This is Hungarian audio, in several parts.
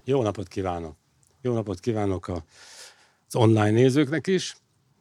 Jó napot kívánok! Jó napot kívánok az online nézőknek is.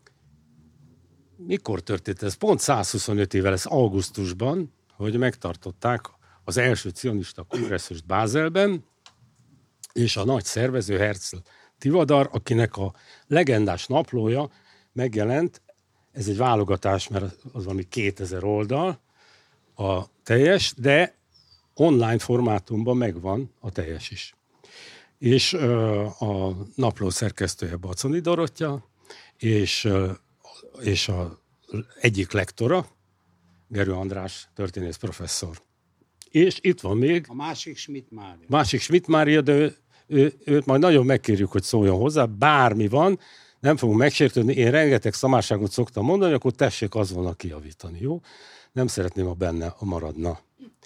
Mikor történt ez? Pont 125 éve lesz augusztusban, hogy megtartották az első cionista kongresszust Bázelben, és a nagy szervező Herzl Tivadar, akinek a legendás naplója megjelent, ez egy válogatás, mert az valami 2000 oldal a teljes, de online formátumban megvan a teljes is. És a napló szerkesztője Baconi Dorottya, és a egyik lektora, Gerő András történész professzor. És itt van még... A másik Schmidt Mária. Másik Schmidt Mária, de őt majd nagyon megkérjük, hogy szóljon hozzá, bármi van, nem fogunk megsértődni, én rengeteg szamárságot szoktam mondani, akkor tessék azonnal kijavítani, jó? Nem szeretném, ha benne maradna.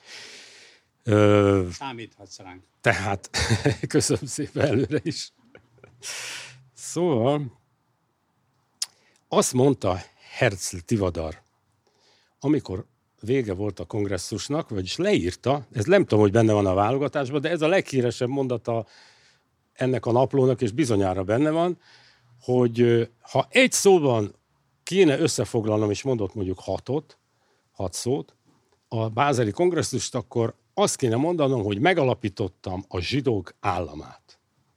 Számíthatsz ránk. Tehát, köszönöm szépen előre is. Szóval, azt mondta Herzl Tivadar, amikor vége volt a kongresszusnak, vagyis leírta, ez nem tudom, hogy benne van a válogatásban, de ez a leghíresebb mondata ennek a naplónak, és bizonyára benne van, hogy ha egy szóban kéne összefoglalnom, és mondott mondjuk 6 szót, a bázeli kongresszust, akkor azt kéne mondanom, hogy megalapítottam a zsidók államát.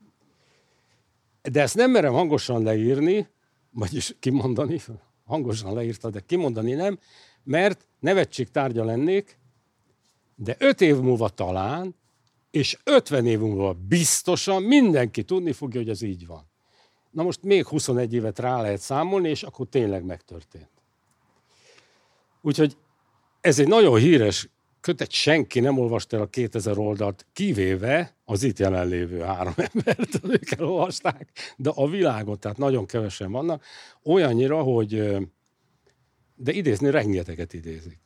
De ezt nem merem hangosan leírni, vagyis kimondani, hangosan leírta, de kimondani nem, mert nevetség tárgya lennék, de 5 év múlva talán, és 50 év múlva biztosan mindenki tudni fogja, hogy ez így van. Na most még 21 évet rá lehet számolni, és akkor tényleg megtörtént. Úgyhogy ez egy nagyon híres kötet, senki nem olvasta el a 2000 oldalt, kivéve az itt jelenlévő 3 embert, ők elolvasták, de a világon, tehát nagyon kevesen vannak, olyannyira, hogy de idézni rengeteget idézik.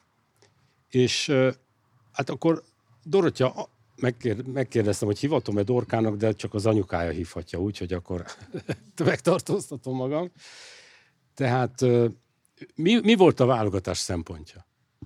És hát akkor Dorottya megkérdeztem, hogy hivatom-e Dorkának, de csak az anyukája hívhatja, úgyhogy akkor megtartóztatom magam. Tehát mi volt a válogatás szempontja?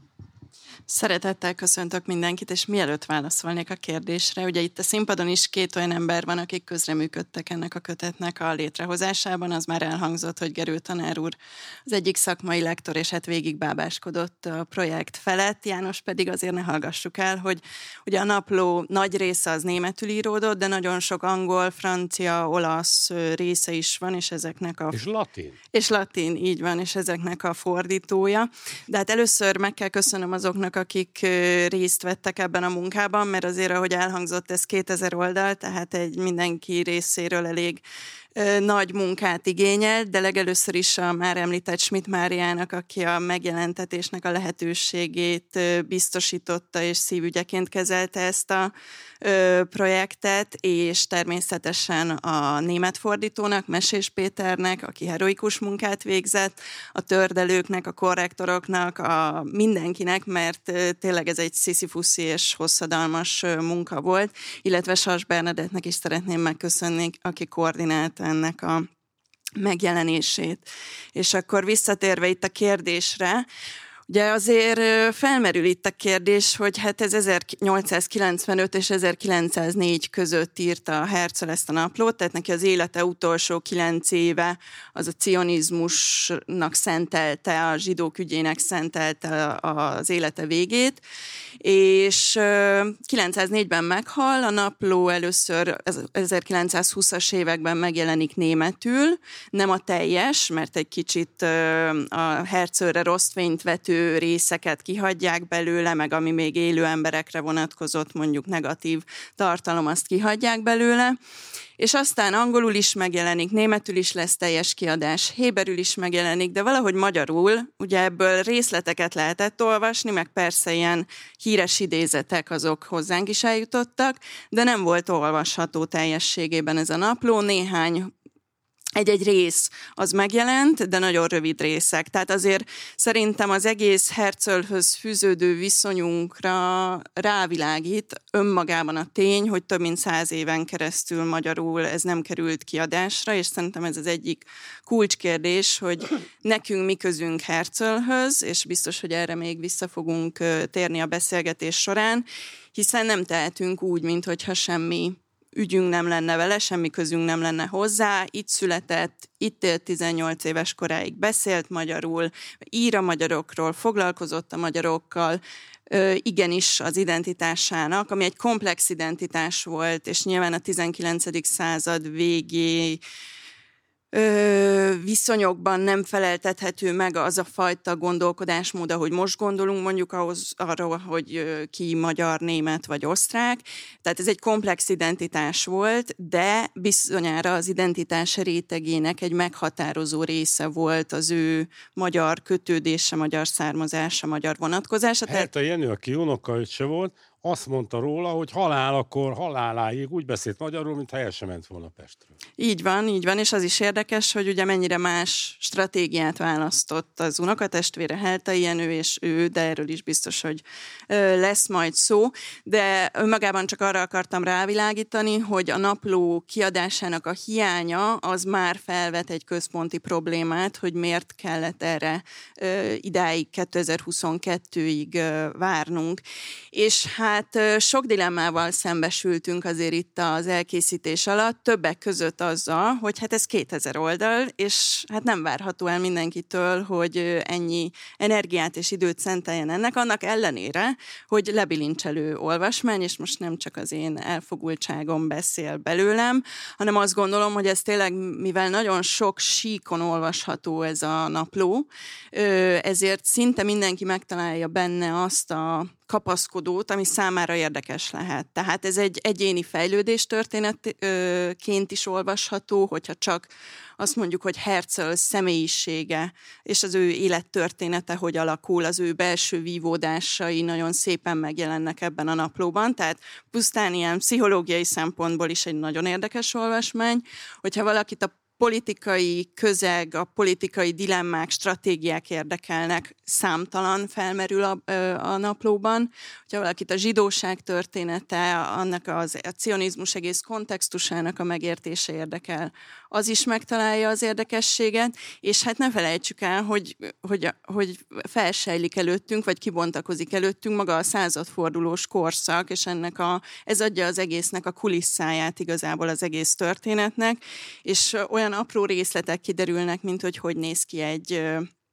Szeretettel köszöntök mindenkit, és mielőtt válaszolnék a kérdésre, ugye itt a színpadon is 2 olyan ember van, akik közreműködtek ennek a kötetnek a létrehozásában, az már elhangzott, hogy Gerő tanár úr az egyik szakmai lektor, és hát végig bábáskodott a projekt felett. János pedig azért ne hallgassuk el, hogy ugye a napló nagy része az németül íródott, de nagyon sok angol, francia, olasz része is van, és ezeknek a... És latin. És latin, így van, és ezeknek a fordítója. De hát először meg kell köszönöm azoknak, akik részt vettek ebben a munkában, mert azért, ahogy elhangzott, ez 2000 oldal, tehát egy mindenki részéről elég nagy munkát igényelt, de legelőször is a már említett Schmidt Máriának, aki a megjelentetésnek a lehetőségét biztosította és szívügyeként kezelte ezt a projektet, és természetesen a német fordítónak, Mesés Péternek, aki heroikus munkát végzett, a tördelőknek, a korrektoroknak, a mindenkinek, mert tényleg ez egy sziszifuszi és hosszadalmas munka volt, illetve Sas Bernadettnek is szeretném megköszönni, aki koordinált ennek a megjelenését. És akkor visszatérve itt a kérdésre, ugye azért felmerül itt a kérdés, hogy hát ez 1895 és 1904 között írta Herzl ezt a naplót, tehát neki az élete utolsó 9 éve az a cionizmusnak szentelte, a zsidók ügyének szentelte az élete végét, és 904-ben meghal, a napló először 1920-as években megjelenik németül, nem a teljes, mert egy kicsit a Herzlre rossz fényt vető részeket kihagyják belőle, meg ami még élő emberekre vonatkozott, mondjuk negatív tartalom, azt kihagyják belőle. És aztán angolul is megjelenik, németül is lesz teljes kiadás, héberül is megjelenik, de valahogy magyarul, ugye ebből részleteket lehetett olvasni, meg persze ilyen híres idézetek azok hozzánk is eljutottak, de nem volt olvasható teljességében ez a napló, néhány egy-egy rész az megjelent, de nagyon rövid részek. Tehát azért szerintem az egész Herzlhöz fűződő viszonyunkra rávilágít önmagában a tény, hogy több mint 100 éven keresztül magyarul ez nem került kiadásra, és szerintem ez az egyik kulcskérdés, hogy nekünk mi közünk Herzlhöz, és biztos, hogy erre még vissza fogunk térni a beszélgetés során, hiszen nem tehetünk úgy, minthogyha semmi ügyünk nem lenne vele, semmi közünk nem lenne hozzá, itt született, itt élt 18 éves koráig, beszélt magyarul, ír a magyarokról, foglalkozott a magyarokkal, igenis az identitásának, ami egy komplex identitás volt, és nyilván a 19. század végé viszonyokban nem feleltethető meg az a fajta gondolkodásmód, ahogy most gondolunk mondjuk arról, hogy ki magyar, német vagy osztrák. Tehát ez egy komplex identitás volt, de bizonyára az identitás rétegének egy meghatározó része volt az ő magyar kötődése, magyar származása, magyar vonatkozása. Herta Jenő, aki unokaöccse volt, azt mondta róla, hogy halálakor, haláláig úgy beszélt magyarul, mintha el sem ment volna Pestről. Így van, és az is érdekes, hogy ugye mennyire más stratégiát választott az unokatestvére Herta Jenő és ő, de erről is biztos, hogy lesz majd szó. De önmagában csak arra akartam rávilágítani, hogy a napló kiadásának a hiánya az már felvet egy központi problémát, hogy miért kellett erre idáig 2022-ig várnunk. És hát sok dilemmával szembesültünk azért itt az elkészítés alatt, többek között azzal, hogy hát ez 2000 oldal, és hát nem várható el mindenkitől, hogy ennyi energiát és időt szenteljen ennek, annak ellenére, hogy lebilincselő olvasmány, és most nem csak az én elfogultságom beszél belőlem, hanem azt gondolom, hogy ez tényleg, mivel nagyon sok síkon olvasható ez a napló, ezért szinte mindenki megtalálja benne azt a kapaszkodót, ami számára érdekes lehet. Tehát ez egy egyéni fejlődés történetként is olvasható, hogyha csak azt mondjuk, hogy Herzl személyisége és az ő élettörténete hogy alakul, az ő belső vívódásai nagyon szépen megjelennek ebben a naplóban, tehát pusztán ilyen pszichológiai szempontból is egy nagyon érdekes olvasmány, hogyha valakit a politikai közeg, a politikai dilemmák, stratégiák érdekelnek, számtalan felmerül a naplóban. Hogyha valakit a zsidóság története, annak a cionizmus egész kontextusának a megértése érdekel, az is megtalálja az érdekességet, és hát ne felejtsük el, hogy felsejlik előttünk, vagy kibontakozik előttünk maga a századfordulós korszak, és ez adja az egésznek a kulisszáját igazából az egész történetnek, és olyan apró részletek kiderülnek, mint hogy néz ki egy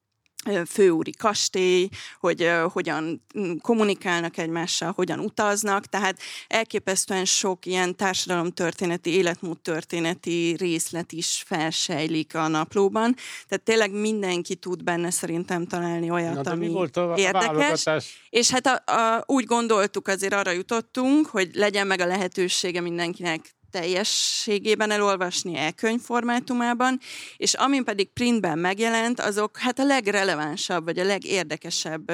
főúri kastély, hogy hogyan kommunikálnak egymással, hogyan utaznak, tehát elképesztően sok ilyen társadalomtörténeti, életmódtörténeti részlet is felsejlik a naplóban, tehát tényleg mindenki tud benne szerintem találni olyat, ami érdekes. És hát úgy gondoltuk, azért arra jutottunk, hogy legyen meg a lehetősége mindenkinek teljességében elolvasni e-könyv formátumában, és amin pedig printben megjelent, azok hát a legrelevánsabb, vagy a legérdekesebb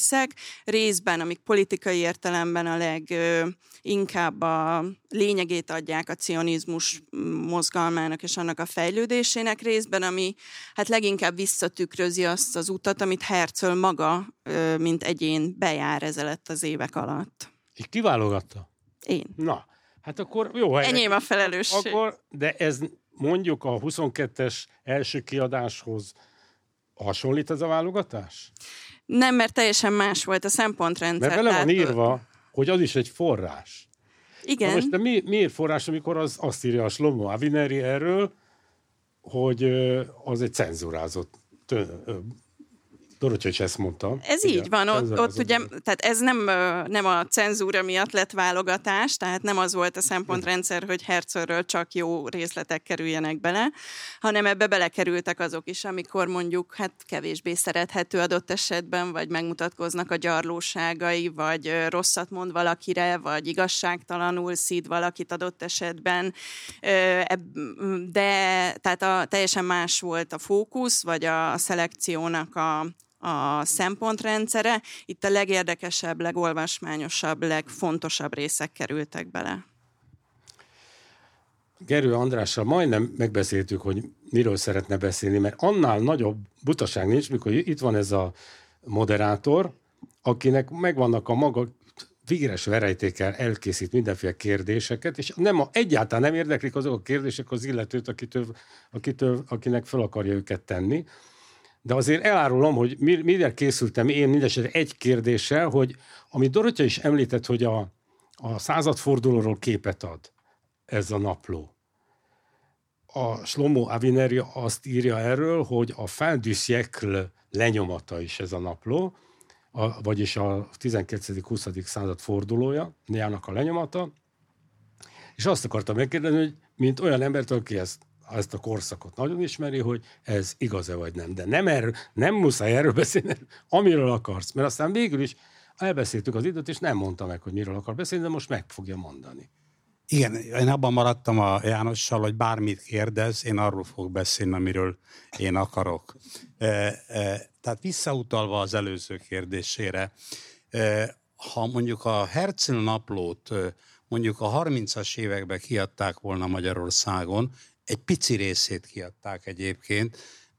részben, amik politikai értelemben a leginkább a lényegét adják a cionizmus mozgalmának és annak a fejlődésének, részben, ami hát leginkább visszatükrözi azt az utat, amit Herzl maga, mint egyén bejár ezelőtt az évek alatt. És ki válogatta? Én. Na, hát akkor jó helyre. Enyém a felelősség. De ez mondjuk a 22-es első kiadáshoz hasonlít ez a válogatás? Nem, mert teljesen más volt a szempontrendszer. Mert bele van írva, hogy az is egy forrás. Igen. Na most de miért forrás, amikor azt írja a Shlomo Avineri erről, hogy az egy cenzurázott Dorottya is ezt mondta. Ez ugye, így van, ott ugye, tehát ez nem a cenzúra miatt lett válogatás, tehát nem az volt a szempontrendszer, hogy Herzlről csak jó részletek kerüljenek bele, hanem ebbe belekerültek azok is, amikor mondjuk hát kevésbé szerethető adott esetben, vagy megmutatkoznak a gyarlóságai, vagy rosszat mond valakire, vagy igazságtalanul szíd valakit adott esetben, de tehát teljesen más volt a fókusz, vagy a szelekciónak a szempontrendszere. Itt a legérdekesebb, legolvasmányosabb, legfontosabb részek kerültek bele. Gerő Andrással majdnem megbeszéltük, hogy miről szeretne beszélni, mert annál nagyobb butaság nincs, mikor itt van ez a moderátor, akinek megvannak a maga véres verejtékkel elkészít mindenféle kérdéseket, és egyáltalán nem érdeklik azok a kérdések az illetőt, akinek fel akarja őket tenni. De azért elárulom, hogy mire készültem én mindesetre egy kérdéssel, hogy amit Dorottya is említett, hogy a századfordulóról képet ad. ez a napló. A Shlomo Avineri azt írja erről, hogy a fin du siècle lenyomata is ez a napló, vagyis a 19.-20. század fordulója, jának a lenyomata, és azt akartam megkérdezni, hogy mint olyan embertől, aki ezt a korszakot nagyon ismeri, hogy ez igaz-e vagy nem. De nem muszáj erről beszélni, amiről akarsz, mert aztán végül is elbeszéltük az időt, és nem mondta meg, hogy miről akar beszélni, de most meg fogja mondani. Igen, én abban maradtam a Jánossal, hogy bármit kérdez, én arról fogok beszélni, amiről én akarok. Tehát visszautalva az előző kérdésére, ha mondjuk a Herzl naplót mondjuk a 30-as években kiadták volna Magyarországon, egy pici részét kiadták egyébként,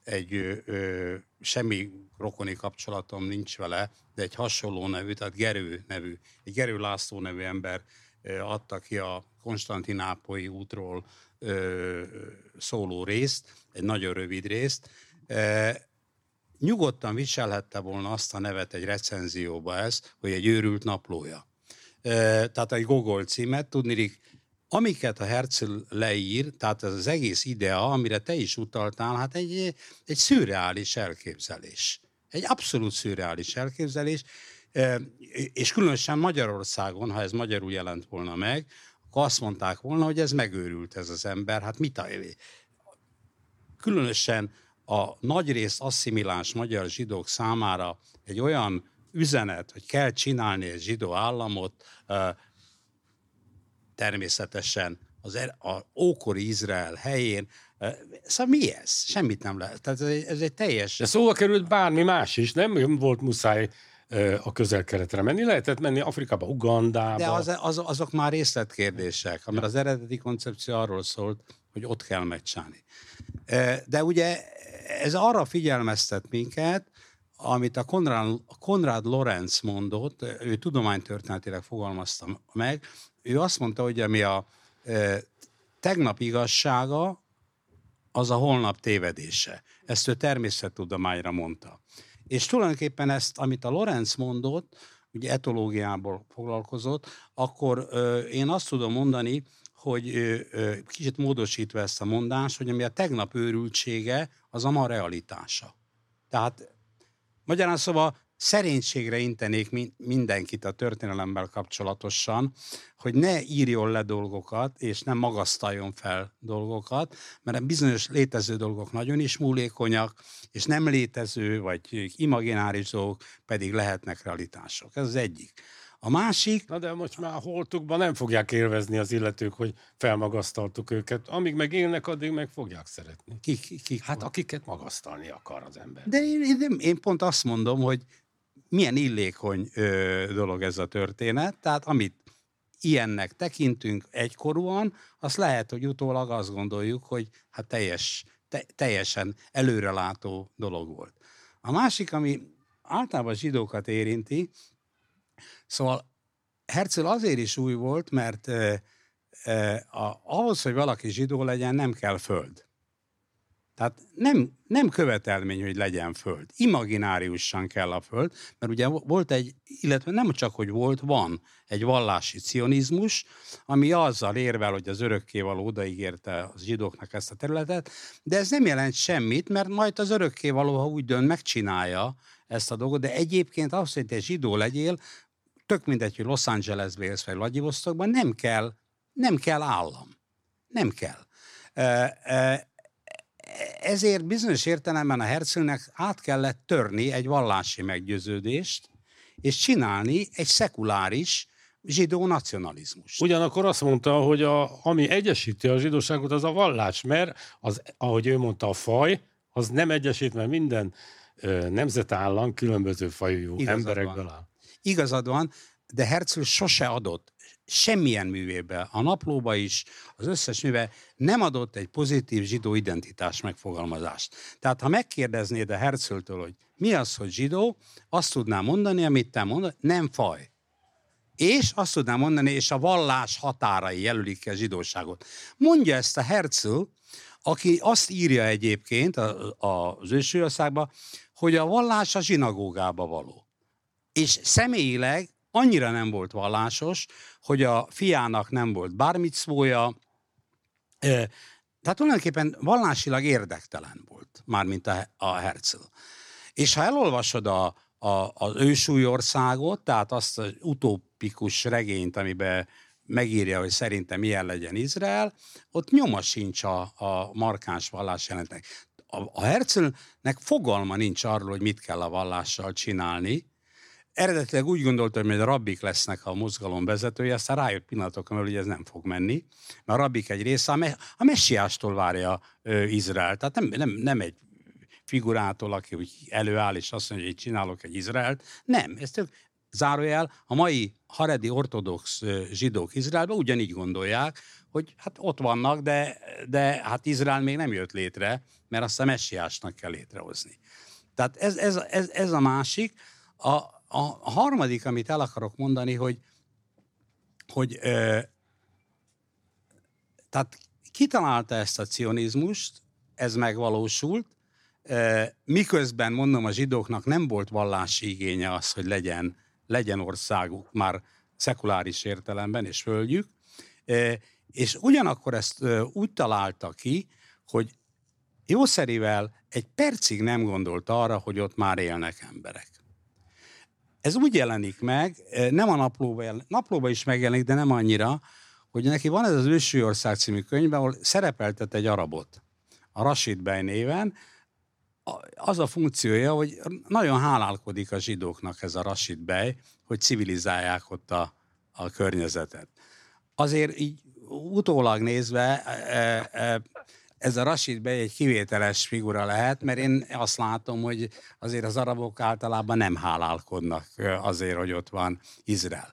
semmi rokoni kapcsolatom nincs vele, de egy hasonló nevű, tehát Gerő László nevű ember adta ki a Konstantinápolyi útról szóló részt, egy nagyon rövid részt. Nyugodtan viselhette volna azt a nevet egy recenzióba ez, hogy egy őrült naplója. Tehát egy Gogol címet, tudniillik, amiket a Herzl leír, tehát ez az egész idea, amire te is utaltál, hát egy szürreális elképzelés. Egy abszolút szürreális elképzelés, és különösen Magyarországon, ha ez magyarul jelent volna meg, akkor azt mondták volna, hogy ez megőrült ez az ember. Hát különösen a nagyrészt asszimiláns magyar zsidók számára egy olyan üzenet, hogy kell csinálni egy zsidó államot, természetesen az ókori Izrael helyén. Szóval mi ez? Semmit nem lehet. Tehát ez egy teljes... De szóval került bármi más is, nem volt muszáj a Közel-Keletre menni, lehetett menni Afrikába, Ugandába. De azok már részletkérdések, mert az eredeti koncepció arról szólt, hogy ott kell megcsinálni. De ugye ez arra figyelmeztet minket, amit a Konrad Lorenz mondott, ő tudománytörténetileg fogalmazta meg, ő azt mondta, hogy ami a tegnap igazsága, az a holnap tévedése. Ezt ő természettudományra mondta. És tulajdonképpen ezt, amit a Lorenz mondott, ugye etológiából foglalkozott, akkor én azt tudom mondani, hogy kicsit módosítva ezt a mondást, hogy ami a tegnap őrültsége, az a ma realitása. Tehát magyarán szóval szerénységre intenék mindenkit a történelemmel kapcsolatosan, hogy ne írjon le dolgokat, és nem magasztaljon fel dolgokat, mert bizonyos létező dolgok nagyon is múlékonyak, és nem létező, vagy imagináris dolgok pedig lehetnek realitások. Ez az egyik. A másik... Na de most már a holtukban nem fogják élvezni az illetők, hogy felmagasztaltuk őket. Amíg meg élnek, addig meg fogják szeretni. Kik hát akiket magasztalni akar az ember. De én pont azt mondom, hogy milyen illékony dolog ez a történet, tehát amit ilyennek tekintünk egykorúan, azt lehet, hogy utólag azt gondoljuk, hogy hát teljesen előrelátó dolog volt. A másik, ami általában zsidókat érinti, szóval Herzl azért is új volt, mert ahhoz, hogy valaki zsidó legyen, nem kell föld. Tehát nem követelmény, hogy legyen föld. Imagináriusan kell a föld, mert ugye volt illetve nem csak, hogy van egy vallási cionizmus, ami azzal érvel, hogy az örökkévaló odaígérte a zsidóknak ezt a területet, de ez nem jelent semmit, mert majd az örökkévaló, ha úgy dönt, megcsinálja ezt a dolgot, de egyébként ahhoz, hogy te zsidó legyél, tök mindegy, hogy Los Angelesbe élsz, vagy Vladivostokban, nem kell állam. Nem kell. Ezért bizonyos értelemben a Herzlnek át kellett törni egy vallási meggyőződést, és csinálni egy szekuláris zsidó nacionalizmust. Ugyanakkor azt mondta, hogy ami egyesíti a zsidóságot, az a vallás, mert ahogy ő mondta, a faj, az nem egyesít, mert minden nemzetállam különböző fajú emberekből áll. Igazad van, de Herzl sose adott semmilyen művébe, a naplóba is, az összes műve nem adott egy pozitív zsidó identitás megfogalmazást. Tehát ha megkérdeznéd a Herzltől, hogy mi az, hogy zsidó, azt tudnám mondani, amit te mondod, nem faj. És azt tudnám mondani, és a vallás határai jelölik ki a zsidóságot. Mondja ezt a Herzl, aki azt írja egyébként az Ősországban, hogy a vallás a zsinagógába való. És személyileg annyira nem volt vallásos, hogy a fiának nem volt bármicvója, Tehát tulajdonképpen vallásilag érdektelen volt, mármint a Herzl. És ha elolvasod az ősúlyországot, tehát azt az utópikus regényt, amiben megírja, hogy szerintem milyen legyen Izrael, ott nyoma sincs a markáns vallásjelentnek. A Herzlnek fogalma nincs arról, hogy mit kell a vallással csinálni. Eredetileg úgy gondoltam, hogy a rabbik lesznek a mozgalom vezetője, aztán rájött pillanatokon, hogy ez nem fog menni, mert a rabbik egy része a messiástól várja Izrael. Tehát nem egy figurától, aki úgy előáll és azt mondja, hogy csinálok egy Izraelt. Nem, ez tök zárójel, a mai haredi ortodox zsidók Izraelben ugyanígy gondolják, hogy hát ott vannak, de hát Izrael még nem jött létre, mert azt a messiásnak kell létrehozni. Tehát ez a másik. A harmadik, amit el akarok mondani, hogy tehát kitalálta ezt a cionizmust, ez megvalósult, miközben mondom, a zsidóknak nem volt vallási igénye az, hogy legyen országuk már szekuláris értelemben és földjük, és ugyanakkor ezt úgy találta ki, hogy jószerivel egy percig nem gondolt arra, hogy ott már élnek emberek. Ez úgy jelenik meg, nem a naplóban is megjelenik, de nem annyira, hogy neki van ez az Ősúlyország című könyv, ahol szerepeltet egy arabot, a Rashid Bey néven. Az a funkciója, hogy nagyon hálálkodik a zsidóknak ez a Rashid Bey, hogy civilizálják ott a környezetet. Azért így utólag nézve ez a Rashid Bey egy kivételes figura lehet, mert én azt látom, hogy azért az arabok általában nem hálálkodnak azért, hogy ott van Izrael.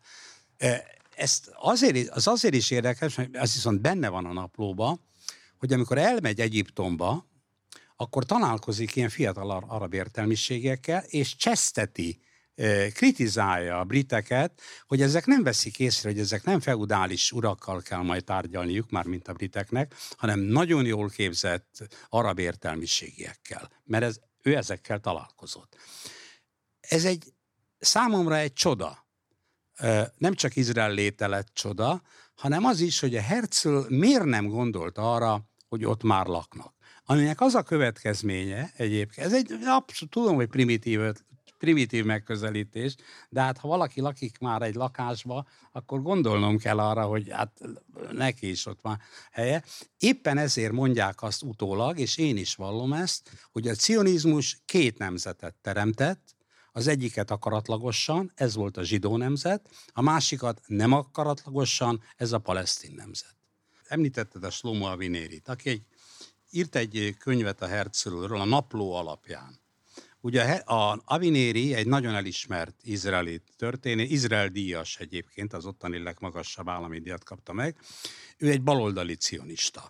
Ez azért is érdekes, mert ez viszont benne van a naplóban, hogy amikor elmegy Egyiptomba, akkor találkozik ilyen fiatal arab értelmiségekkel, és cseszteti, kritizálja a briteket, hogy ezek nem veszik észre, hogy ezek nem feudális urakkal kell majd tárgyalniuk, már mint a briteknek, hanem nagyon jól képzett arab értelmiségiekkel, mert ő ezekkel találkozott. Ez számomra egy csoda. Nem csak Izrael léte lett csoda, hanem az is, hogy a Herzl miért nem gondolt arra, hogy ott már laknak. Aminek az a következménye egyébként, ez abszolút tudom, hogy primitív megközelítés, de hát ha valaki lakik már egy lakásba, akkor gondolnom kell arra, hogy hát neki is ott van helye. Éppen ezért mondják azt utólag, és én is vallom ezt, hogy a cionizmus két nemzetet teremtett, az egyiket akaratlagosan, ez volt a zsidó nemzet, a másikat nem akaratlagosan, ez a palesztin nemzet. Említetted a Shlomo Avinérit, aki írt egy könyvet a Herzlről a napló alapján. Ugye a Avinéri egy nagyon elismert izraeli történész, Izrael díjas egyébként, az ottani legmagasabb állami díjat kapta meg. Ő egy baloldali cionista.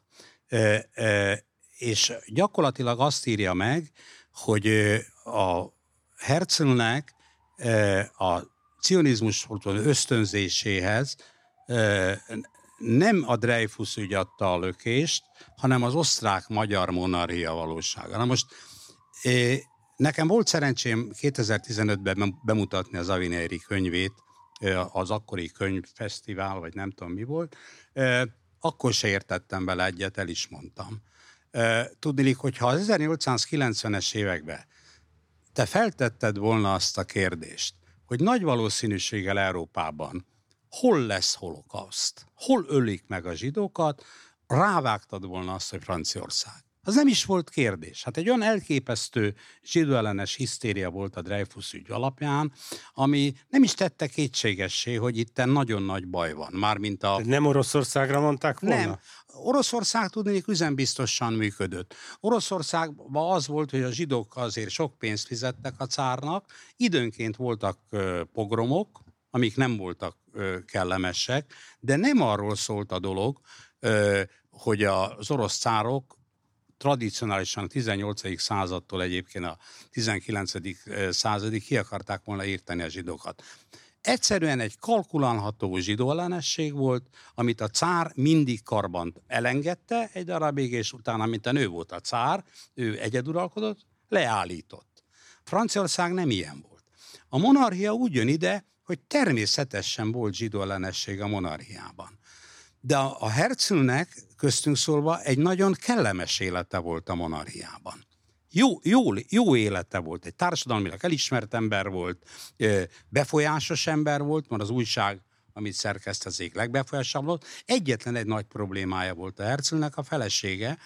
És gyakorlatilag azt írja meg, hogy a Herzlnek a cionizmus ösztönzéséhez nem a Dreyfus ügy adta a lökést, hanem az osztrák-magyar monarchia valósága. Na most nekem volt szerencsém 2015-ben bemutatni az Avinéri könyvét, az akkori könyvfesztivál, vagy nem tudom mi volt. Akkor se értettem vele egyet, el is mondtam. Tudniillik, hogyha az 1890-es években te feltetted volna azt a kérdést, hogy nagy valószínűséggel Európában hol lesz holokauszt, hol ölik meg a zsidókat, rávágtad volna azt, hogy Franciaország. Az nem is volt kérdés. Hát egy olyan elképesztő zsidóellenes hisztéria volt a Dreyfus ügy alapján, ami nem is tette kétségessé, hogy itten nagyon nagy baj van. Mármint Nem Oroszországra mondták volna? Nem. Oroszország tudnék üzembiztosan működött. Oroszországban az volt, hogy a zsidók azért sok pénzt fizettek a cárnak, időnként voltak pogromok, amik nem voltak kellemesek, de nem arról szólt a dolog, hogy az orosz cárok tradicionálisan a 18. századtól egyébként a 19. századig ki akarták volna írteni a zsidókat. Egyszerűen egy kalkulálható zsidóellenesség volt, amit a cár mindig karban elengedte egy darabig, és utána, mint a nő volt a cár, ő egyeduralkodott, leállított. Franciaország nem ilyen volt. A monarchia úgy jön ide, hogy természetesen volt zsidóellenesség a monarchiában. De a Herzlnek köztünk szólva egy nagyon kellemes élete volt a monarchiában. Jó élete volt, egy társadalmilag elismert ember volt, befolyásos ember volt, mert az újság, amit szerkeszt, az egyik legbefolyásosabb volt. Egyetlen egy nagy problémája volt a Herzlnek, a felesége,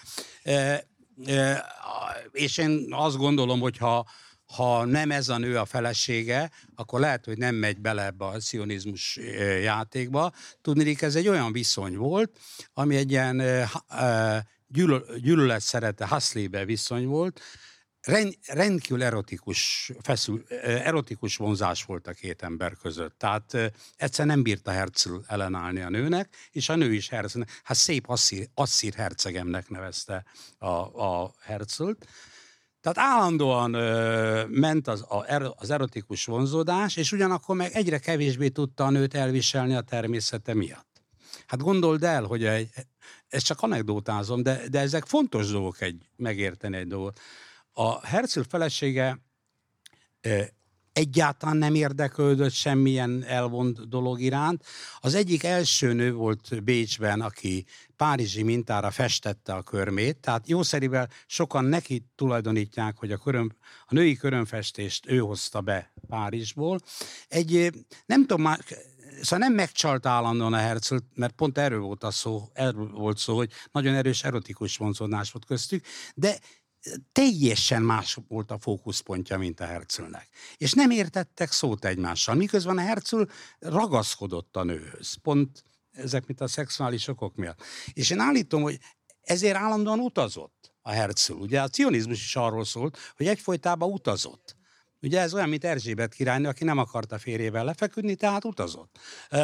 és én azt gondolom, hogy ha nem ez a nő a felesége, akkor lehet, hogy nem megy bele ebbe a szionizmus játékba. Tudniillik, ez egy olyan viszony volt, ami egy ilyen gyűlölet-szerete, haszlébe viszony volt. Rendkívül erotikus vonzás volt a két ember között. Tehát egyszer nem bírta Herzl ellenállni a nőnek, és a nő is Herzlnek, hát szép asszír hercegemnek nevezte a Herzlt. Tehát állandóan ment az erotikus vonzódás, és ugyanakkor meg egyre kevésbé tudta a nőt elviselni a természete miatt. Hát gondold el, hogy ezt csak anekdótázom, de ezek fontos dolgok megérteni egy dolgot. A Herzl felesége egyáltalán nem érdeklődött semmilyen elvont dolog iránt. Az egyik első nő volt Bécsben, aki párizsi mintára festette a körmét, tehát jószerivel sokan neki tulajdonítják, hogy a női körömfestést ő hozta be Párizsból. Nem tudom már, szóval nem megcsalt állandóan a Herzl, mert pont erről volt szó, hogy nagyon erős erotikus vonzódás volt köztük, de teljesen más volt a fókuszpontja, mint a Herzlnek. És nem értettek szót egymással, miközben a Herzl ragaszkodott a nőhöz. Pont ezek, mint a szexuális okok miatt. És én állítom, hogy ezért állandóan utazott a Herzl. Ugye a cionizmus is arról szólt, hogy egyfolytában utazott. Ugye ez olyan, mint Erzsébet királynő, aki nem akarta férjével lefeküdni, tehát utazott.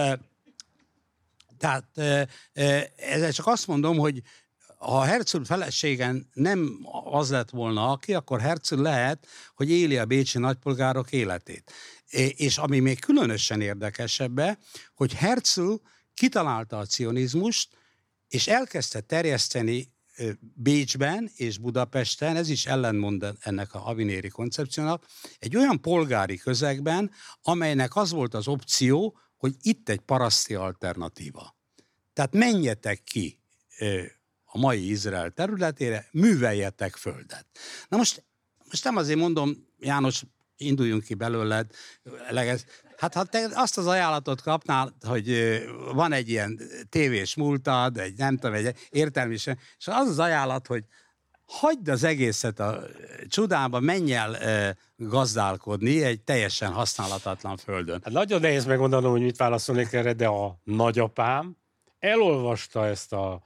Tehát ezzel csak azt mondom, hogy ha Herzl feleségen nem az lett volna aki, akkor Herzl lehet, hogy éli a bécsi nagypolgárok életét. És ami még különösen érdekesebb, hogy Herzl kitalálta a cionizmust, és elkezdte terjeszteni Bécsben és Budapesten, ez is ellentmond ennek a havinéri koncepciónak, egy olyan polgári közegben, amelynek az volt az opció, hogy itt egy paraszti alternatíva. Tehát menjetek ki a mai Izrael területére, műveljetek földet. Na most nem azért mondom, János, induljunk ki belőled, hát ha te azt az ajánlatot kapnál, hogy van egy ilyen tévés múltad, egy nem tudom, egy értelmesen, és az az ajánlat, hogy hagyd az egészet a csodába, menj el gazdálkodni egy teljesen használatatlan földön. Hát nagyon nehéz megmondanom, hogy mit válaszolnék erre, de a nagyapám elolvasta ezt a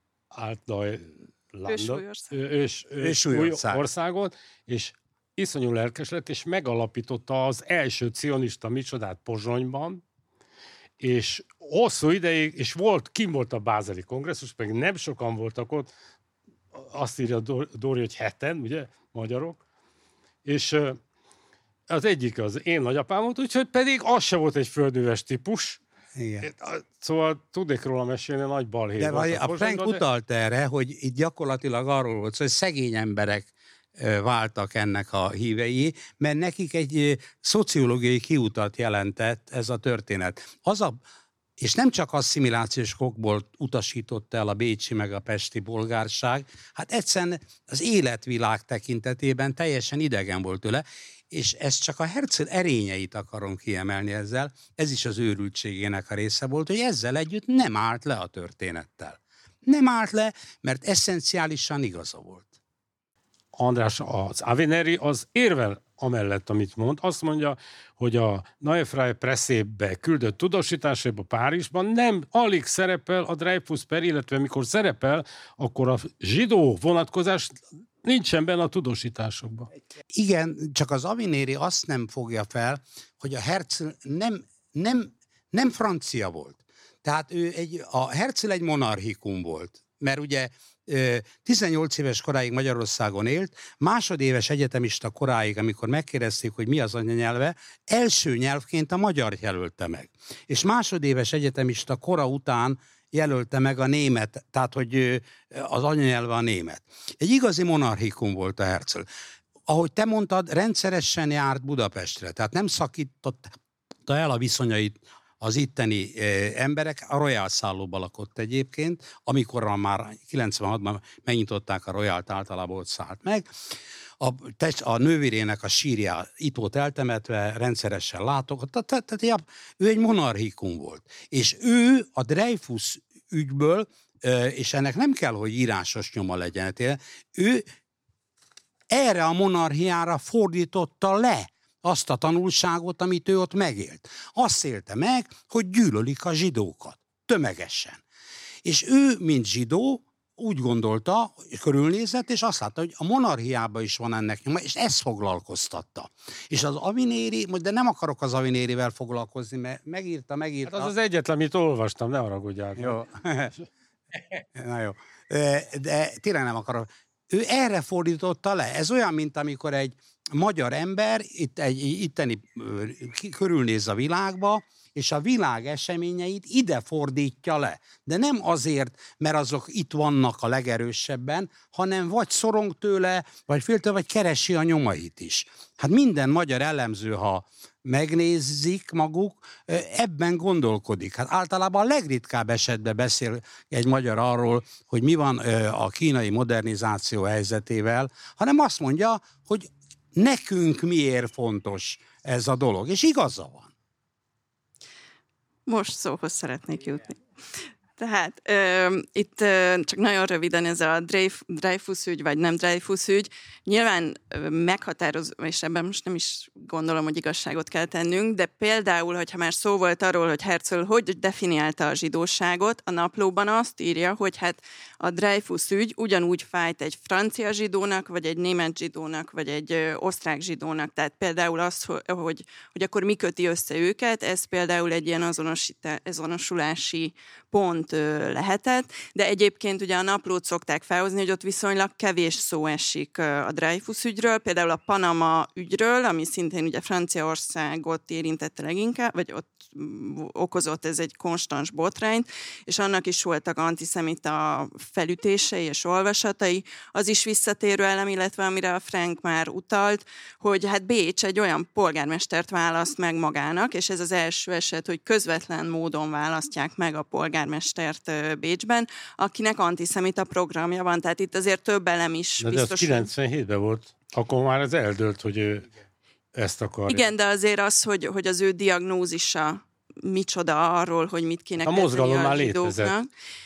országot, és iszonyú lelkes lett, és megalapította az első cionista micsodát Pozsonyban, és hosszú ideig, és kim volt a bázeli kongresszus, pedig nem sokan voltak ott, azt írja Dóri, hogy 7-en, ugye, magyarok, és az egyik az én nagyapám volt, úgyhogy pedig az se volt egy földműves típus. Igen. Szóval tudnék róla mesélni, nagy balhé. De a Frank utalt erre, hogy itt gyakorlatilag arról volt szó, hogy szegény emberek váltak ennek a hívei, mert nekik egy szociológiai kiutat jelentett ez a történet. És nem csak asszimilációs okokból utasította el a bécsi meg a pesti polgárság, hát egyszerűen az életvilág tekintetében teljesen idegen volt tőle, és ez csak a Herzl erényeit akarom kiemelni ezzel, ez is az őrültségének a része volt, hogy ezzel együtt nem állt le a történettel. Nem állt le, mert eszenciálisan igaza volt. András, az Avineri az érvel amellett, amit mond. Azt mondja, hogy a Neue Freie Presse-be küldött tudósításában Párizsban nem alig szerepel a Dreyfus per, illetve mikor szerepel, akkor a zsidó vonatkozás nincsen benne a tudósításokban. Igen, csak az Avineri azt nem fogja fel, hogy a Herzl nem francia volt. Tehát a Herzl egy monarchikum volt, mert ugye 18 éves koráig Magyarországon élt, másodéves egyetemista koráig, amikor megkérdezték, hogy mi az anyanyelve, első nyelvként a magyar jelölte meg. És másodéves egyetemista kora után jelölte meg a német, tehát hogy az anyanyelve a német. Egy igazi monarchikum volt a Herzl. Ahogy te mondtad, rendszeresen járt Budapestre, tehát nem szakította el a viszonyait az itteni emberek, a Royal szállóban lakott egyébként, amikor már 96-ban megnyitották a Royalt, általában ott szállt meg. A nővérének a sírjá itt volt eltemetve, rendszeresen látogatott, tehát ő egy monarchikum volt. És ő a Dreyfus ügyből, és ennek nem kell, hogy írásos nyoma legyen, ő erre a monarchiára fordította le azt a tanulságot, amit ő ott megélt. Azt élte meg, hogy gyűlölik a zsidókat. Tömegesen. És ő, mint zsidó, úgy gondolta, körülnézett, és azt látta, hogy a monarchiában is van ennek nyoma, és ezt foglalkoztatta. És az Avinéri, de nem akarok az Avinérivel foglalkozni, mert megírta. Hát az egyetlen, amit olvastam, ne haragudjál. Jó. Na jó. De tényleg nem akarok. Ő erre fordította le. Ez olyan, mint amikor egy magyar ember itteni körülnéz a világba, és a világ eseményeit ide fordítja le. De nem azért, mert azok itt vannak a legerősebben, hanem vagy szorong tőle, vagy fél tőle, vagy keresi a nyomait is. Hát minden magyar elemző, ha megnézik maguk, ebben gondolkodik. Hát általában a legritkább esetben beszél egy magyar arról, hogy mi van a kínai modernizáció helyzetével, hanem azt mondja, hogy nekünk miért fontos ez a dolog. És igaza van. Most szóhoz szeretnék jutni. Tehát itt csak nagyon röviden ez a Dreyfus ügy, vagy nem Dreyfus ügy, nyilván meghatározó, és ebben most nem is gondolom, hogy igazságot kell tennünk, de például, hogyha már szó volt arról, hogy Herzl hogy definiálta a zsidóságot, a Naplóban azt írja, hogy hát a Dreyfus ügy ugyanúgy fájt egy francia zsidónak, vagy egy német zsidónak, vagy egy osztrák zsidónak. Tehát például az, hogy akkor mi köti össze őket, ez például egy ilyen azonosulási pont lehetett, de egyébként ugye a Naplót szokták felhozni, hogy ott viszonylag kevés szó esik a Dreyfus ügyről, például a Panama ügyről, ami szintén ugye Franciaországot érintette leginkább, vagy ott okozott ez egy konstans botrányt, és annak is voltak antiszemita felütései és olvasatai. Az is visszatérő elem, illetve amire a Frank már utalt, hogy hát Bécs egy olyan polgármestert választ meg magának, és ez az első eset, hogy közvetlen módon választják meg a polgármestert Bécsben, akinek antiszemita programja van, tehát itt azért több elem is biztos. De az 97-ben volt, akkor már ez eldőlt, hogy ő ezt akarja. Igen, de azért az, hogy az ő diagnózisa micsoda arról, hogy mit kéne kezdeni a zsidóknak.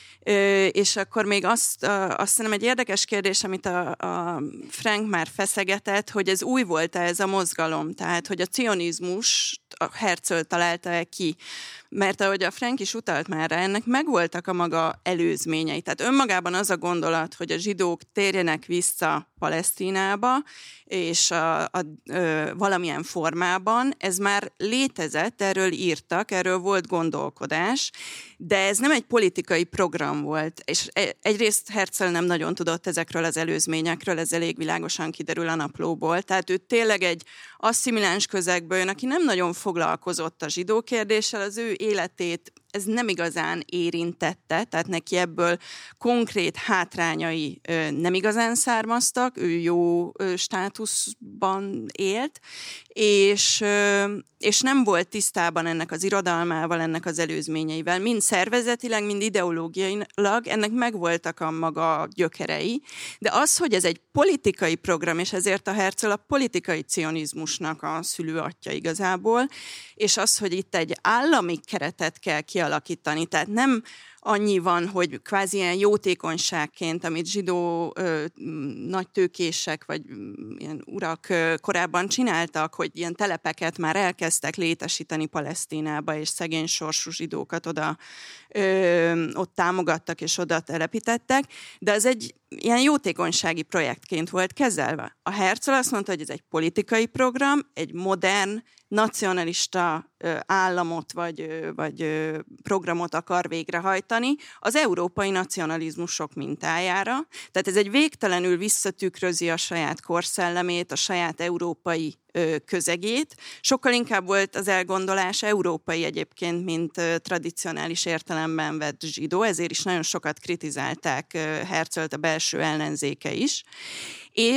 És akkor még azt hiszem egy érdekes kérdés, amit a Frank már feszegetett, hogy ez új volt-e ez a mozgalom, tehát hogy a cionizmus a Herzl találta-e ki. Mert ahogy a Frank is utalt már rá, ennek megvoltak a maga előzményei. Tehát önmagában az a gondolat, hogy a zsidók térjenek vissza Palesztinába, és valamilyen formában, ez már létezett, erről írtak, erről volt gondolkodás, de ez nem egy politikai program volt. És egyrészt Herzl nem nagyon tudott ezekről az előzményekről, ez elég világosan kiderül a Naplóból. Tehát ő tényleg egy asszimiláns közegből jön, aki nem nagyon foglalkozott a zsidó kérdéssel, az ő életét ez nem igazán érintette, tehát neki ebből konkrét hátrányai nem igazán származtak, ő jó státuszban élt, és nem volt tisztában ennek az irodalmával, ennek az előzményeivel, mind szervezetileg, mind ideológiailag, ennek megvoltak a maga gyökerei, de az, hogy ez egy politikai program, és ezért a Herzl a politikai cionizmusnak a szülőatja igazából, és az, hogy itt egy állami keretet kell kialakítani, tehát nem annyi van, hogy kvázi ilyen jótékonyságként, amit zsidó nagytőkések vagy ilyen urak korábban csináltak, hogy ilyen telepeket már elkezdtek létesíteni Palesztinába, és szegény sorsú zsidókat ott támogattak és oda telepítettek, de az egy ilyen jótékonysági projektként volt kezelve. A Herzl azt mondta, hogy ez egy politikai program, egy modern, nacionalista államot vagy programot akar végrehajtani az európai nacionalizmusok mintájára. Tehát ez egy végtelenül visszatükrözi a saját korszellemét, a saját európai közegét. Sokkal inkább volt az elgondolás európai egyébként, mint tradicionális értelemben vett zsidó, ezért is nagyon sokat kritizálták Herzlt a belső ellenzéke is. És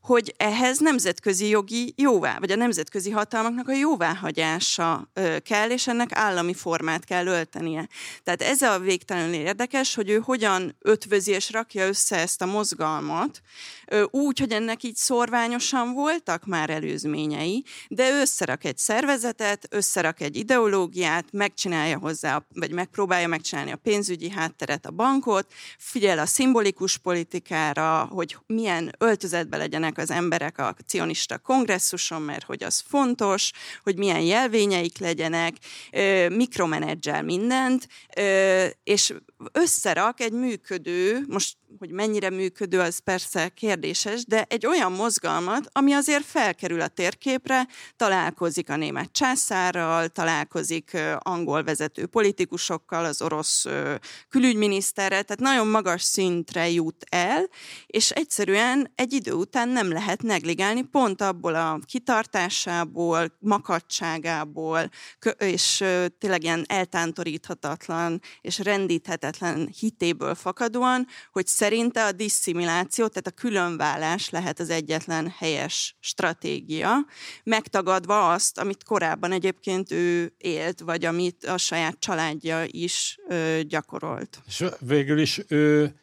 hogy ehhez nemzetközi jogi vagy a nemzetközi hatalmaknak a jóváhagyása kell, és ennek állami formát kell öltenie. Tehát ez a végtelenül érdekes, hogy ő hogyan ötvözi és rakja össze ezt a mozgalmat, úgy, hogy ennek így szorványosan voltak már előzményei, de ő összerak egy szervezetet, összerak egy ideológiát, megcsinálja hozzá, vagy megpróbálja megcsinálni a pénzügyi hátteret, a bankot, figyel a szimbolikus politikára, hogy milyen öltözetben legyenek az emberek a cionista kongresszuson, mert hogy az fontos, hogy milyen jelvényeik legyenek, mikromenedzsel mindent, és összerak egy működő, most hogy mennyire működő, az persze kérdéses, de egy olyan mozgalmat, ami azért felkerül a térképre, találkozik a német császárral, találkozik angol vezető politikusokkal, az orosz külügyminiszterrel, tehát nagyon magas szintre jut el, és egyszerűen egy idő után nem lehet negligálni, pont abból a kitartásából, makacságából, és tényleg ilyen eltántoríthatatlan és rendíthetetlen hitéből fakadóan, hogy szerinte a disszimiláció, tehát a különválás lehet az egyetlen helyes stratégia, megtagadva azt, amit korábban egyébként ő élt, vagy amit a saját családja is gyakorolt. És végül is ő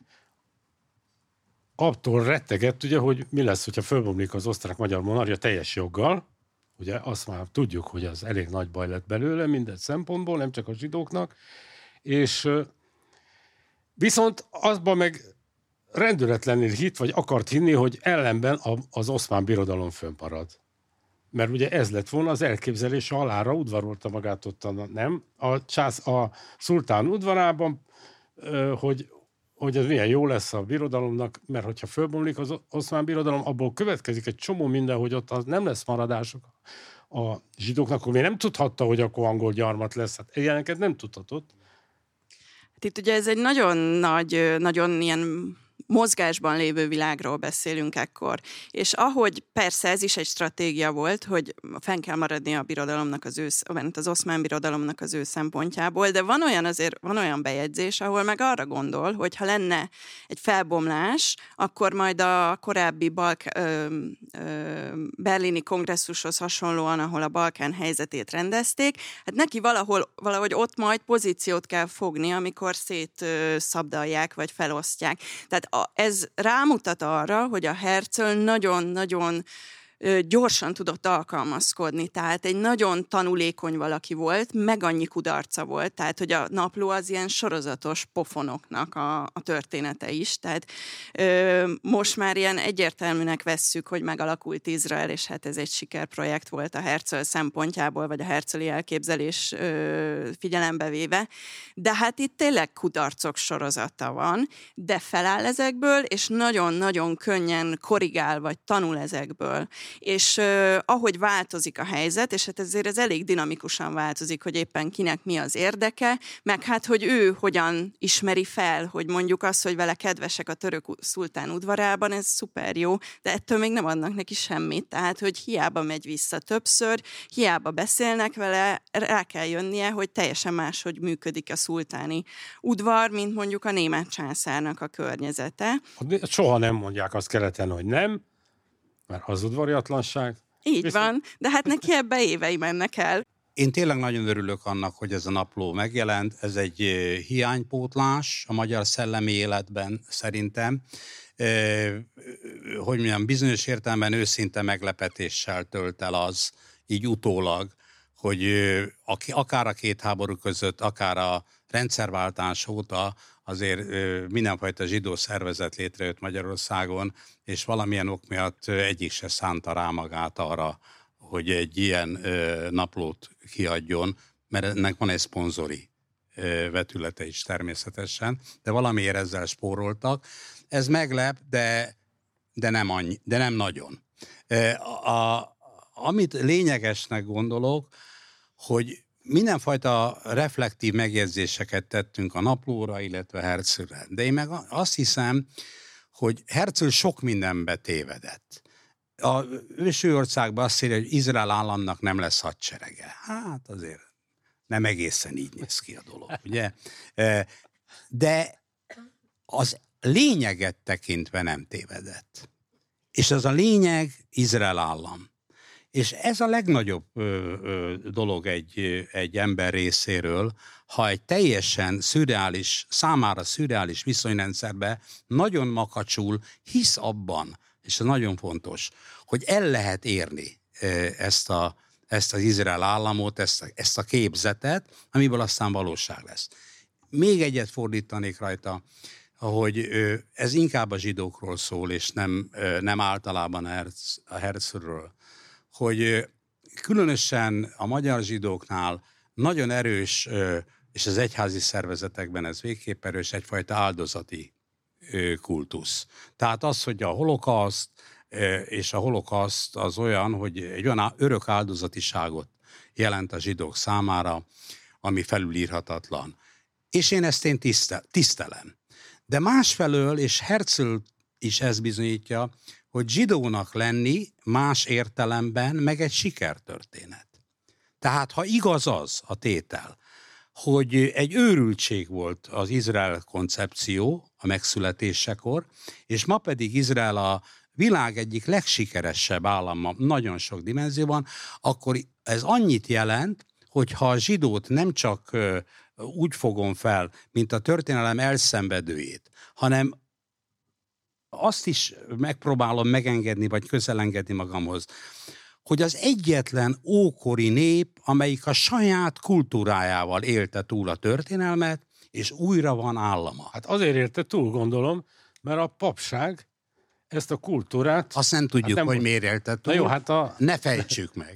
attól rettegett, ugye, hogy mi lesz, hogyha fölbomlik az osztrák-magyar monarchia teljes joggal. Ugye azt már tudjuk, hogy az elég nagy baj lett belőle minden szempontból, nem csak a zsidóknak. És viszont azban meg rendületlenül hitt, vagy akart hinni, hogy ellenben az Oszmán Birodalom fönnmarad. Mert ugye ez lett volna az elképzelés, halára udvarolta magát ott, nem? A szultán udvarában, hogy ez milyen jó lesz a birodalomnak, mert hogyha fölbomlik az Oszmán Birodalom, abból következik egy csomó minden, hogy ott az nem lesz maradások a zsidóknak, akkor még nem tudhatta, hogy akkor angol gyarmat lesz. Hát ilyeneket nem tudhatott. Hát itt ugye ez egy nagyon nagy, nagyon ilyen mozgásban lévő világról beszélünk ekkor. És ahogy persze ez is egy stratégia volt, hogy fenn kell maradni a birodalomnak az Oszmán Birodalomnak az ő szempontjából, de van olyan bejegyzés, ahol meg arra gondol, hogy ha lenne egy felbomlás, akkor majd a korábbi berlini kongresszushoz hasonlóan, ahol a Balkán helyzetét rendezték, hát neki valahogy ott majd pozíciót kell fogni, amikor szétszabdalják vagy felosztják. Tehát ez rámutat arra, hogy a Herzl nagyon-nagyon gyorsan tudott alkalmazkodni, tehát egy nagyon tanulékony valaki volt, meg annyi kudarca volt, tehát hogy a Napló az ilyen sorozatos pofonoknak a története is, tehát most már ilyen egyértelműnek vesszük, hogy megalakult Izrael, és hát ez egy sikerprojekt volt a Herzl szempontjából, vagy a herzli elképzelés figyelembe véve, de hát itt tényleg kudarcok sorozata van, de feláll ezekből, és nagyon-nagyon könnyen korrigál, vagy tanul ezekből. És ahogy változik a helyzet, és hát ezért ez elég dinamikusan változik, hogy éppen kinek mi az érdeke, meg hát, hogy ő hogyan ismeri fel, hogy mondjuk az, hogy vele kedvesek a török szultán udvarában, ez szuper jó, de ettől még nem adnak neki semmit. Tehát, hogy hiába megy vissza többször, hiába beszélnek vele, rá kell jönnie, hogy teljesen máshogy működik a szultáni udvar, mint mondjuk a német császárnak a környezete. Soha nem mondják azt keleten, hogy nem, mert az udvariatlanság. Így van, de hát neki ebbe évei mennek el. Én tényleg nagyon örülök annak, hogy ez a napló megjelent. Ez egy hiánypótlás a magyar szellemi életben szerintem. Hogy mondjam, bizonyos értelemben őszinte meglepetéssel tölt el az, így utólag, hogy akár a két háború között, akár a rendszerváltás óta azért mindenfajta zsidó szervezet létrejött Magyarországon, és valamilyen ok miatt egyik se szánta rá magát arra, hogy egy ilyen naplót kiadjon, mert ennek van egy szponzori vetülete is természetesen, de valamiért ezzel spóroltak. Ez meglep, de nem nagyon. Amit lényegesnek gondolok, hogy mindenfajta reflektív megjegyzéseket tettünk a naplóra, illetve Herzlre. De én meg azt hiszem, hogy Herzl sok mindenbe tévedett. A ősországban azt írja, hogy Izrael államnak nem lesz hadserege. Hát azért nem egészen így néz ki a dolog, ugye? De az lényeget tekintve nem tévedett. És ez a lényeg Izrael állam. És ez a legnagyobb dolog egy ember részéről, ha egy teljesen számára szürreális viszonyrendszerbe nagyon makacsul, hisz abban, és ez nagyon fontos, hogy el lehet érni ezt az Izrael államot, ezt a képzetet, amiből aztán valóság lesz. Még egyet fordítanék rajta, hogy ez inkább a zsidókról szól, és nem általában a Herzlről, hogy különösen a magyar zsidóknál nagyon erős, és az egyházi szervezetekben ez végképp erős, egyfajta áldozati kultusz. Tehát az, hogy a holokauszt, és a holokauszt az olyan, hogy egy olyan örök áldozatiságot jelent a zsidók számára, ami felülírhatatlan. És én ezt tisztelem. De másfelől, és Herzl is ezt bizonyítja, hogy zsidónak lenni más értelemben meg egy sikertörténet. Tehát ha igaz az a tétel, hogy egy őrültség volt az Izrael koncepció a megszületésekor, és ma pedig Izrael a világ egyik legsikeresebb állama nagyon sok dimenzióban, akkor ez annyit jelent, hogy ha a zsidót nem csak úgy fogom fel, mint a történelem elszenvedőjét, hanem azt is megpróbálom megengedni, vagy közelengedni magamhoz, hogy az egyetlen ókori nép, amelyik a saját kultúrájával élte túl a történelmet, és újra van állama. Hát azért élte túl, gondolom, mert a papság ezt a kultúrát... Azt nem tudjuk, hát nem hogy miért élte túl. Na jó, hát ne fejtsük meg.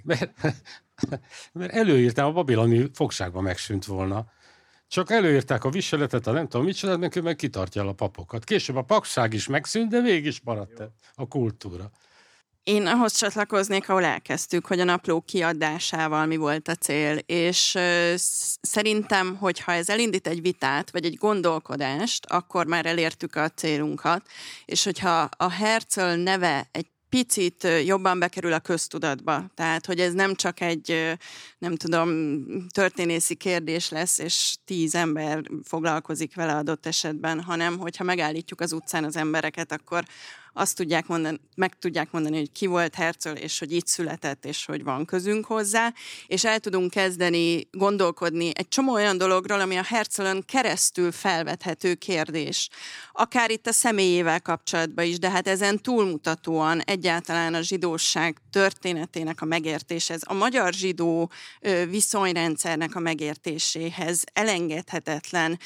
Mert előírtam, a babiloni fogságban megsűnt volna. Csak előírták a viseletet, a nem tudom mit csinált, neki meg kitartja el a papokat. Később a papság is megszűnt, de végig is maradt a kultúra. Én ahhoz csatlakoznék, ahol elkezdtük, hogy a napló kiadásával mi volt a cél, és szerintem, hogyha ez elindít egy vitát, vagy egy gondolkodást, akkor már elértük a célunkat, és hogyha a Herzl neve egy picit jobban bekerül a köztudatba. Tehát, hogy ez nem csak egy, nem tudom, történészi kérdés lesz, és 10 ember foglalkozik vele adott esetben, hanem hogyha megállítjuk az utcán az embereket, akkor azt tudják mondani, meg tudják mondani, hogy ki volt Herzl, és hogy itt született, és hogy van közünk hozzá, és el tudunk kezdeni gondolkodni egy csomó olyan dologról, ami a Herzlön keresztül felvethető kérdés. Akár itt a személyével kapcsolatban is, de hát ezen túlmutatóan egyáltalán a zsidóság történetének a megértéshez, a magyar zsidó viszonyrendszernek a megértéséhez elengedhetetlen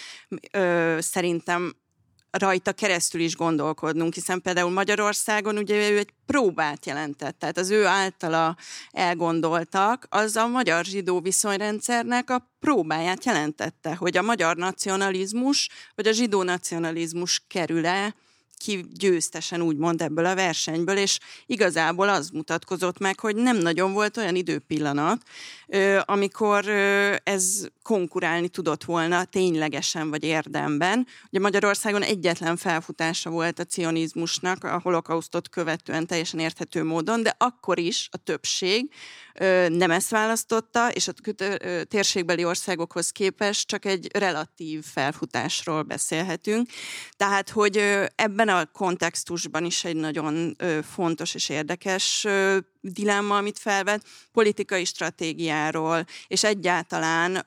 szerintem rajta keresztül is gondolkodnunk, hiszen például Magyarországon ugye ő egy próbát jelentett, tehát az ő általa elgondoltak, az a magyar zsidó viszonyrendszernek a próbáját jelentette, hogy a magyar nacionalizmus, vagy a zsidó nacionalizmus kerül-e ki győztesen úgymond ebből a versenyből, és igazából az mutatkozott meg, hogy nem nagyon volt olyan időpillanat, amikor ez konkurálni tudott volna ténylegesen vagy érdemben. Ugye Magyarországon egyetlen felfutása volt a cionizmusnak, a holokausztot követően teljesen érthető módon, de akkor is a többség nem ezt választotta, és a térségbeli országokhoz képest csak egy relatív felfutásról beszélhetünk. Tehát, hogy ebben a kontextusban is egy nagyon fontos és érdekes dilemma, amit felvet, politikai stratégiáról, és egyáltalán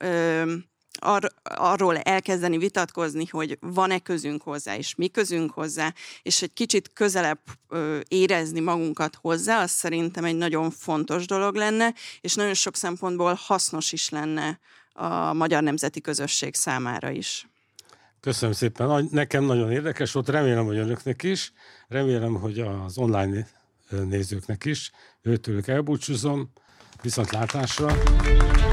arról elkezdeni vitatkozni, hogy van-e közünk hozzá, és mi közünk hozzá, és egy kicsit közelebb érezni magunkat hozzá, az szerintem egy nagyon fontos dolog lenne, és nagyon sok szempontból hasznos is lenne a magyar nemzeti közösség számára is. Köszönöm szépen. Nekem nagyon érdekes volt, remélem, hogy önöknek is, remélem, hogy az online nézőknek is. Őtőlük elbúcsúzom, viszontlátásra.